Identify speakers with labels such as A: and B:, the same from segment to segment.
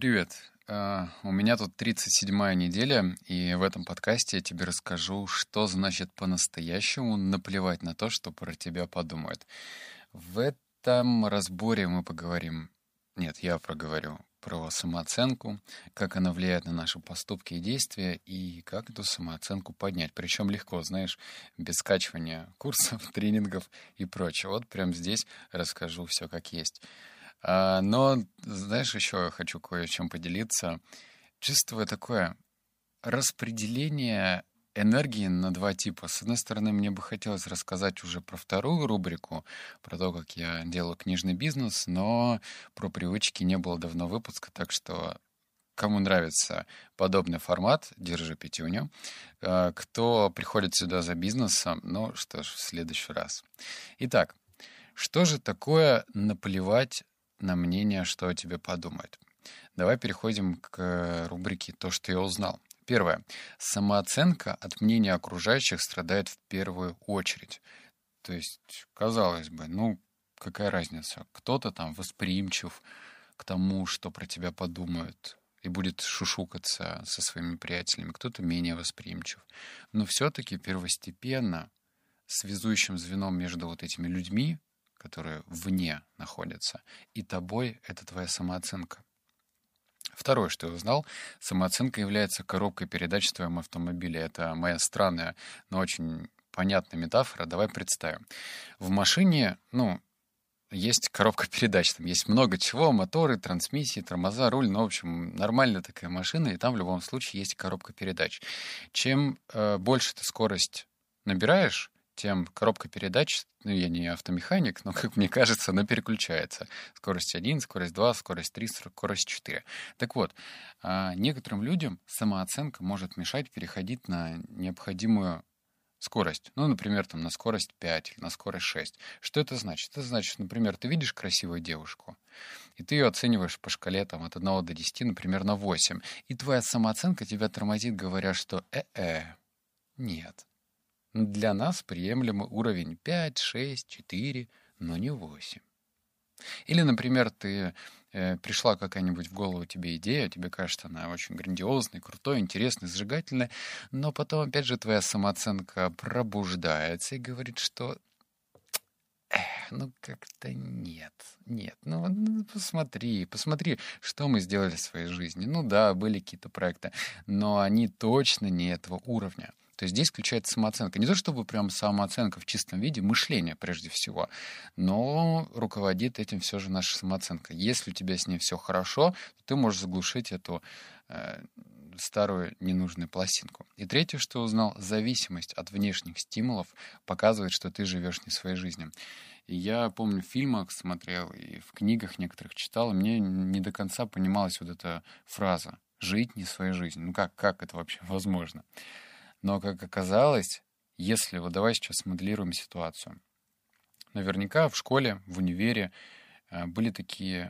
A: Привет. У меня тут 37-я неделя, и в этом подкасте я тебе расскажу, что значит по-настоящему наплевать на то, что про тебя подумают. В этом разборе мы поговорим, нет, я проговорю про самооценку, как она влияет на наши поступки и действия, и как эту самооценку поднять. Причем легко, знаешь, без скачивания курсов, тренингов и прочего. Вот прямо здесь расскажу все как есть. Но, знаешь, еще хочу кое о чем поделиться. Чувствую такое распределение энергии на два типа. С одной стороны, мне бы хотелось рассказать уже про вторую рубрику, про то, как я делаю книжный бизнес, но про привычки не было давно выпуска, так что кому нравится подобный формат, держи пятюню. Кто приходит сюда за бизнесом, ну что ж, в следующий раз. Итак, что же такое наплевать на мнение, что о тебе подумают? Давай переходим к рубрике «То, что я узнал». Первое. Самооценка от мнения окружающих страдает в первую очередь. То есть, казалось бы, ну, какая разница? Кто-то там восприимчив к тому, что про тебя подумают, и будет шушукаться со своими приятелями, кто-то менее восприимчив. Но все-таки первостепенно связующим звеном между вот этими людьми, которые вне находятся, и тобой — это твоя самооценка. Второе, что я узнал, самооценка является коробкой передач в твоем автомобиле. Это моя странная, но очень понятная метафора. Давай представим. В машине, есть коробка передач, там есть много чего, моторы, трансмиссии, тормоза, руль, в общем, нормальная такая машина, и там в любом случае есть коробка передач. Чем больше ты скорость набираешь, тем коробка передач, я не автомеханик, но, как мне кажется, она переключается. Скорость 1, скорость 2, скорость 3, скорость 4. Так вот, некоторым людям самооценка может мешать переходить на необходимую скорость. Например, там на скорость 5 или на скорость 6. Что это значит? Это значит, например, ты видишь красивую девушку, и ты ее оцениваешь по шкале там, от 1 до 10, например, на 8. И твоя самооценка тебя тормозит, говоря, что нет. Для нас приемлемый уровень 5, 6, 4, но не 8. Или, например, ты пришла какая-нибудь в голову тебе идея, тебе кажется она очень грандиозной, крутой, интересной, зажигательной, но потом, опять же, твоя самооценка пробуждается и говорит, что как-то нет. Посмотри, что мы сделали в своей жизни. Да, были какие-то проекты, но они точно не этого уровня. То есть здесь включается самооценка. Не то чтобы прям самооценка в чистом виде, мышление прежде всего, но руководит этим все же наша самооценка. Если у тебя с ней все хорошо, то ты можешь заглушить эту старую ненужную пластинку. И третье, что узнал, зависимость от внешних стимулов показывает, что ты живешь не своей жизнью. И я помню, в фильмах смотрел и в книгах некоторых читал, и мне не до конца понималась вот эта фраза «жить не своей жизнью». Как это вообще возможно? Но, как оказалось, если давай сейчас смоделируем ситуацию. Наверняка в школе, в универе были такие,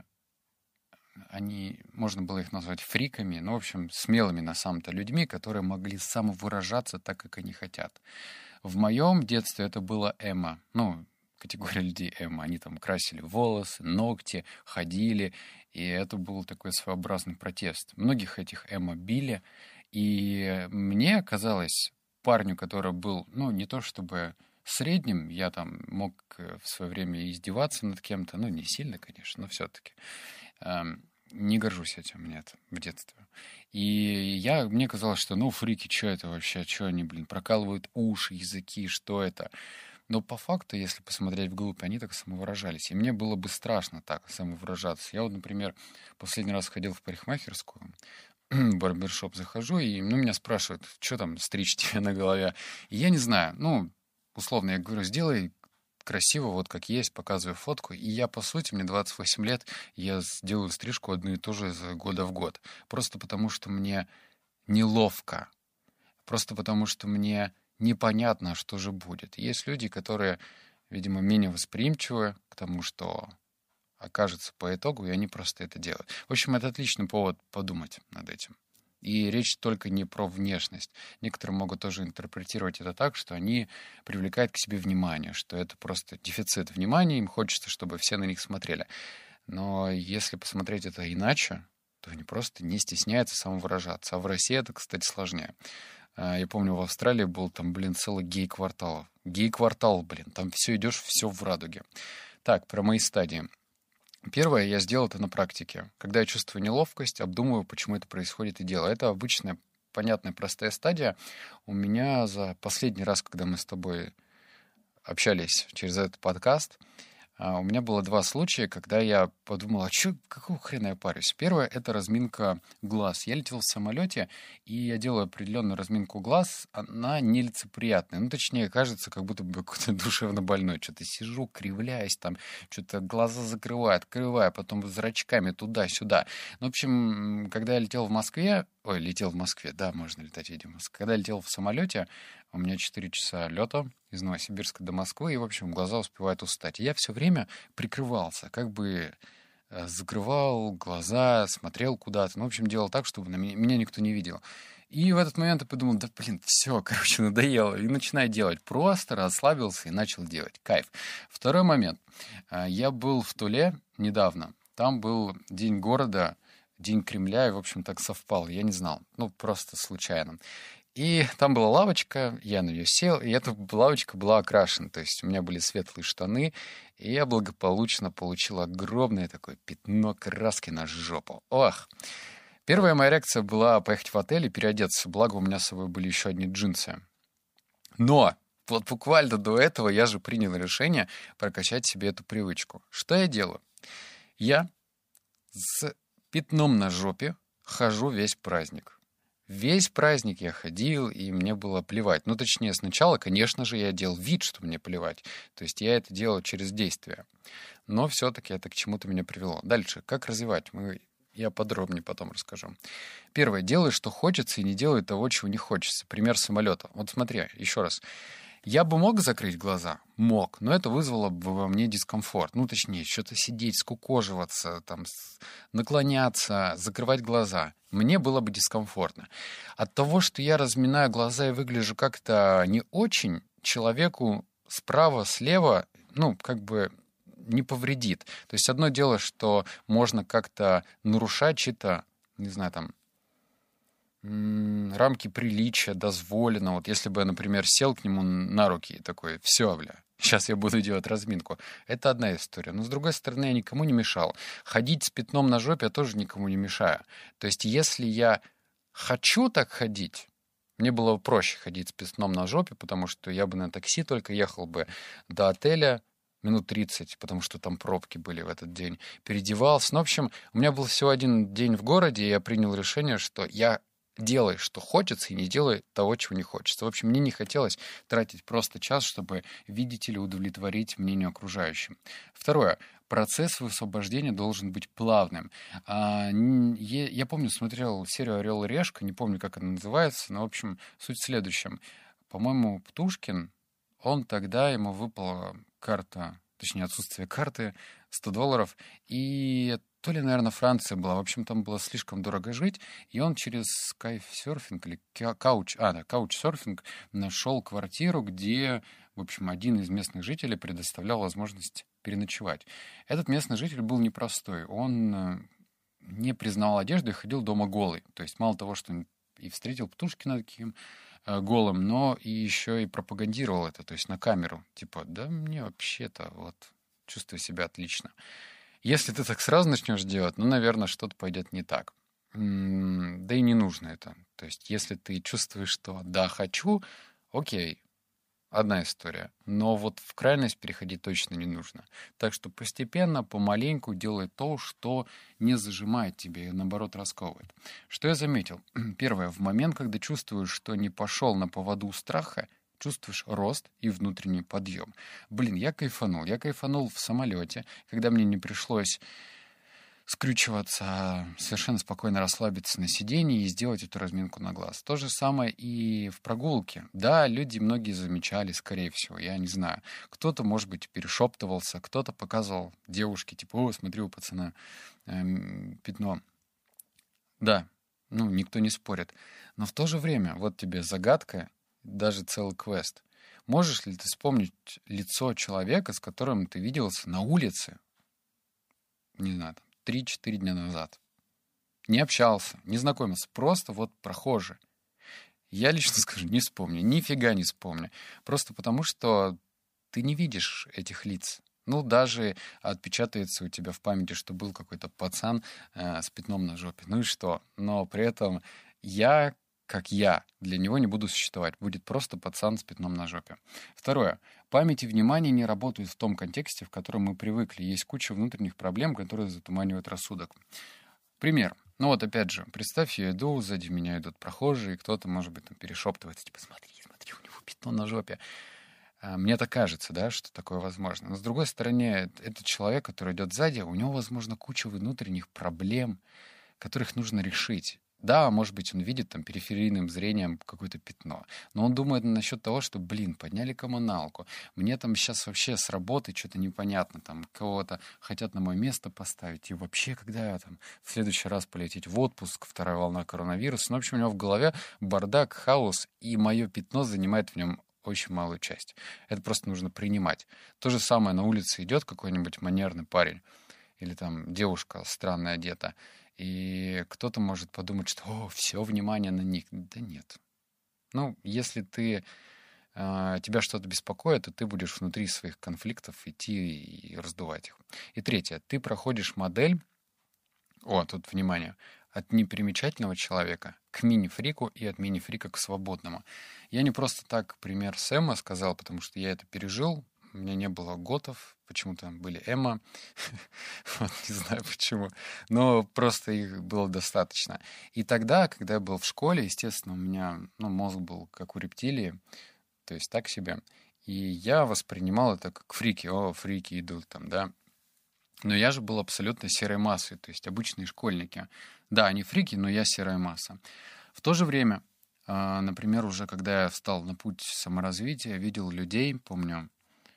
A: можно было их назвать фриками, в общем, смелыми на самом-то людьми, которые могли самовыражаться так, как они хотят. В моем детстве это было эмо, категория людей эмо. Они там красили волосы, ногти, ходили, и это был такой своеобразный протест. Многих этих эмо били, и мне казалось, парню, который был, не то чтобы средним, я там мог в свое время издеваться над кем-то, не сильно, конечно, но все-таки. Не горжусь этим, нет, в детстве. И мне казалось, что, фрики, что это вообще, что они, прокалывают уши, языки, что это? Но по факту, если посмотреть вглубь, они так самовыражались. И мне было бы страшно так самовыражаться. Я например, последний раз ходил в парикмахерскую, в барбершоп захожу, и меня спрашивают, что там стричь тебе на голове. И я не знаю, условно, я говорю, сделай красиво, вот как есть, показываю фотку. И я, по сути, мне 28 лет, я делаю стрижку одну и ту же из года в год. Просто потому, что мне неловко. Просто потому, что мне непонятно, что же будет. Есть люди, которые, видимо, менее восприимчивы к тому, что окажется по итогу, и они просто это делают. В общем, это отличный повод подумать над этим. И речь только не про внешность. Некоторые могут тоже интерпретировать это так, что они привлекают к себе внимание, что это просто дефицит внимания, им хочется, чтобы все на них смотрели. Но если посмотреть это иначе, что они просто не стесняются самовыражаться. А в России это, кстати, сложнее. Я помню, в Австралии был там, целый гей-квартал. Гей-квартал, там все идешь, все в радуге. Так, про мои стадии. Первое, я сделал это на практике. Когда я чувствую неловкость, обдумываю, почему это происходит, и делаю. Это обычная, понятная, простая стадия. У меня за последний раз, когда мы с тобой общались через этот подкаст, у меня было 2 случая, когда я подумал, какого хрена я парюсь? Первое — это разминка глаз. Я летел в самолете, и я делаю определенную разминку глаз, она нелицеприятная. Точнее, кажется, как будто бы какой-то душевно больной. Что-то сижу, кривляюсь, что-то глаза закрываю, открываю, потом зрачками туда-сюда. В общем, когда я летел в Москве, да, можно летать, видимо. Когда я летел в самолете, у меня 4 часа лета из Новосибирска до Москвы, и, в общем, глаза успевают устать. И я все время прикрывался, закрывал глаза, смотрел куда-то. В общем, делал так, чтобы меня никто не видел. И в этот момент я подумал, все, надоело. И начинаю делать. Просто расслабился и начал делать. Кайф. Второй момент. Я был в Туле недавно. Там был День города, День Кремля, и, в общем, так совпало. Я не знал. Просто случайно. И там была лавочка, я на нее сел, и эта лавочка была окрашена. То есть у меня были светлые штаны, и я благополучно получил огромное такое пятно краски на жопу. Ох! Первая моя реакция была поехать в отель и переодеться. Благо у меня с собой были еще одни джинсы. Но вот буквально до этого я же принял решение прокачать себе эту привычку. Что я делаю? Я с пятном на жопе хожу весь праздник. Весь праздник я ходил, и мне было плевать. Точнее, сначала, конечно же, я делал вид, что мне плевать. То есть я это делал через действие. Но все-таки это к чему-то меня привело. Дальше, как развивать? Я подробнее потом расскажу. Первое. Делай, что хочется, и не делай того, чего не хочется. Пример самолета. Вот смотри, еще раз. Я бы мог закрыть глаза? Мог, но это вызвало бы во мне дискомфорт. Точнее, что-то сидеть, скукоживаться, наклоняться, закрывать глаза. Мне было бы дискомфортно. От того, что я разминаю глаза и выгляжу как-то не очень, человеку справа, слева, не повредит. То есть одно дело, что можно как-то нарушать чьи-то, не знаю, рамки приличия, дозволено. Вот если бы я, например, сел к нему на руки и такой, все, сейчас я буду делать разминку. Это одна история. Но, с другой стороны, я никому не мешал. Ходить с пятном на жопе я тоже никому не мешаю. То есть, если я хочу так ходить, мне было бы проще ходить с пятном на жопе, потому что я бы на такси только ехал бы до отеля минут 30, потому что там пробки были в этот день. Переодевался. В общем, у меня был всего один день в городе, и я принял решение, что я делай, что хочется, и не делай того, чего не хочется. В общем, мне не хотелось тратить просто час, чтобы видеть или удовлетворить мнению окружающим. Второе. Процесс высвобождения должен быть плавным. Я помню, смотрел серию «Орел и решка», не помню, как она называется, но, в общем, суть в следующем. По-моему, Птушкин, ему выпала карта, точнее, отсутствие карты, $100, и то ли, наверное, Франция была. В общем, там было слишком дорого жить, и он через скайфсерфинг или каучсерфинг нашел квартиру, где, в общем, один из местных жителей предоставлял возможность переночевать. Этот местный житель был непростой. Он не признавал одежду и ходил дома голый. То есть мало того, что он и встретил Птушкина таким голым, но и еще и пропагандировал это, то есть на камеру. Да мне вообще-то чувствую себя отлично. Если ты так сразу начнешь делать, наверное, что-то пойдет не так. Да и не нужно это. То есть, если ты чувствуешь, что да, хочу, окей, одна история. Но в крайность переходить точно не нужно. Так что постепенно, помаленьку делай то, что не зажимает тебя и, наоборот, расковывает. Что я заметил? Первое. В момент, когда чувствуешь, что не пошел на поводу страха, чувствуешь рост и внутренний подъем. Я кайфанул. Я кайфанул в самолете, когда мне не пришлось скрючиваться, а совершенно спокойно расслабиться на сиденье и сделать эту разминку на глаз. То же самое и в прогулке. Да, люди многие замечали, скорее всего, я не знаю. Кто-то, может быть, перешептывался, кто-то показывал девушке, о, смотри, у пацана пятно. Да, никто не спорит. Но в то же время, вот тебе загадка, даже целый квест. Можешь ли ты вспомнить лицо человека, с которым ты виделся на улице, не знаю, 3-4 дня назад? не общался, не знакомился, просто вот прохожий. Я лично скажу, не вспомню, нифига не вспомню. Просто потому, что ты не видишь этих лиц. Ну, даже отпечатается у тебя в памяти, что был какой-то пацан с пятном на жопе. Ну и что? Но при этом я, как я, для него не буду существовать. Будет просто пацан с пятном на жопе. Второе. Память и внимание не работают в том контексте, в котором мы привыкли. Есть куча внутренних проблем, которые затуманивают рассудок. Пример. Ну вот опять же, представь, я иду, сзади меня идут прохожие, и кто-то, может быть, там перешептывается, типа, смотри, смотри, у него пятно на жопе. Мне так кажется, да, что такое возможно. Но с другой стороны, этот человек, который идет сзади, у него, возможно, куча внутренних проблем, которых нужно решить. Да, может быть, он видит там периферийным зрением какое-то пятно, но он думает насчет того, что, подняли коммуналку, мне там сейчас вообще с работы что-то непонятно, там кого-то хотят на мое место поставить, и вообще, когда я там в следующий раз полететь в отпуск, вторая волна коронавируса, ну, в общем, у него в голове бардак, хаос, и мое пятно занимает в нем очень малую часть. Это просто нужно принимать. То же самое на улице идет какой-нибудь манерный парень, или там девушка странно одета, и кто-то может подумать, что все внимание на них. Да нет. Ну, если тебя что-то беспокоит, то ты будешь внутри своих конфликтов идти и раздувать их. И третье. Ты проходишь модель, тут внимание, от непримечательного человека к мини-фрику и от мини-фрика к свободному. Я не просто так пример с Эмма сказал, потому что я это пережил. У меня не было готов, почему-то были Эмма. Вот, не знаю почему. Но просто их было достаточно. И тогда, когда я был в школе, естественно, у меня мозг был как у рептилии, то есть так себе. И я воспринимал это как фрики. О, фрики идут там, да. Но я же был абсолютно серой массой, то есть обычные школьники. Да, они фрики, но я серая масса. В то же время, например, уже когда я встал на путь саморазвития, видел людей, помню,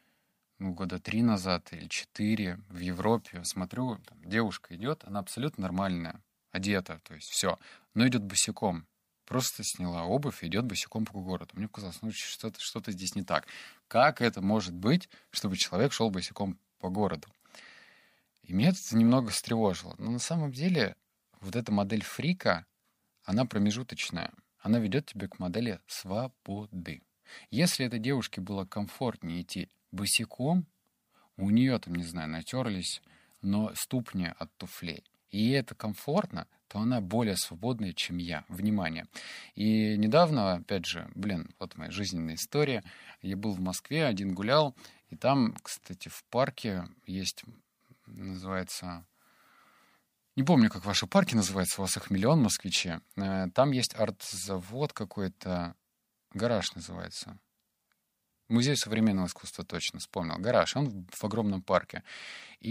A: года 3 назад или 4 в Европе, смотрю, там, девушка идет, она абсолютно нормальная, одета, то есть все, но идет босиком. Просто сняла обувь и идет босиком по городу. Мне казалось, что-то здесь не так. Как это может быть, чтобы человек шел босиком по городу? И меня это немного встревожило. Но на самом деле вот эта модель фрика, она промежуточная. Она ведет тебя к модели свободы. Если этой девушке было комфортнее идти босиком, у нее там, не знаю, натерлись, но ступни от туфлей, и ей это комфортно, то она более свободная, чем я. Внимание. И недавно, опять же, вот моя жизненная история. Я был в Москве, один гулял, и там, кстати, в парке есть, называется... Не помню, как ваши парки называются, у вас их миллион, москвичи. Там есть арт-завод какой-то, гараж называется. Музей современного искусства, точно, вспомнил. Гараж, он в огромном парке. И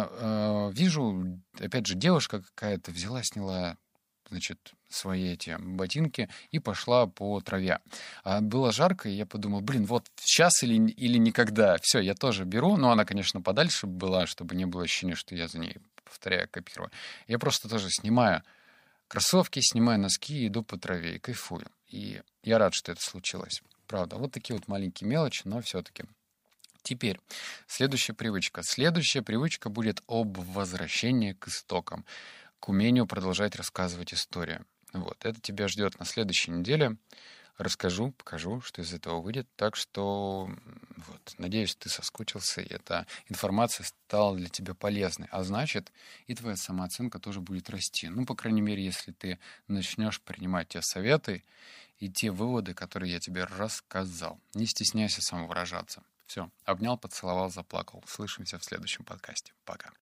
A: я вижу, опять же, девушка какая-то взяла, сняла, значит, свои эти ботинки и пошла по траве. А было жарко, и я подумал, вот сейчас или никогда. Все, я тоже беру, но она, конечно, подальше была, чтобы не было ощущения, что я за ней, повторяю, копирую. Я просто тоже снимаю кроссовки, снимаю носки, иду по траве и кайфую. И я рад, что это случилось. Правда, вот такие вот маленькие мелочи, но все-таки. Теперь, следующая привычка. Следующая привычка будет об возвращении к истокам, к умению продолжать рассказывать историю. Вот, это тебя ждет на следующей неделе. Расскажу, покажу, что из этого выйдет. Так что, надеюсь, ты соскучился, и эта информация стала для тебя полезной. А значит, и твоя самооценка тоже будет расти. По крайней мере, если ты начнешь принимать те советы и те выводы, которые я тебе рассказал. Не стесняйся самовыражаться. Все, обнял, поцеловал, заплакал. Слышимся в следующем подкасте. Пока.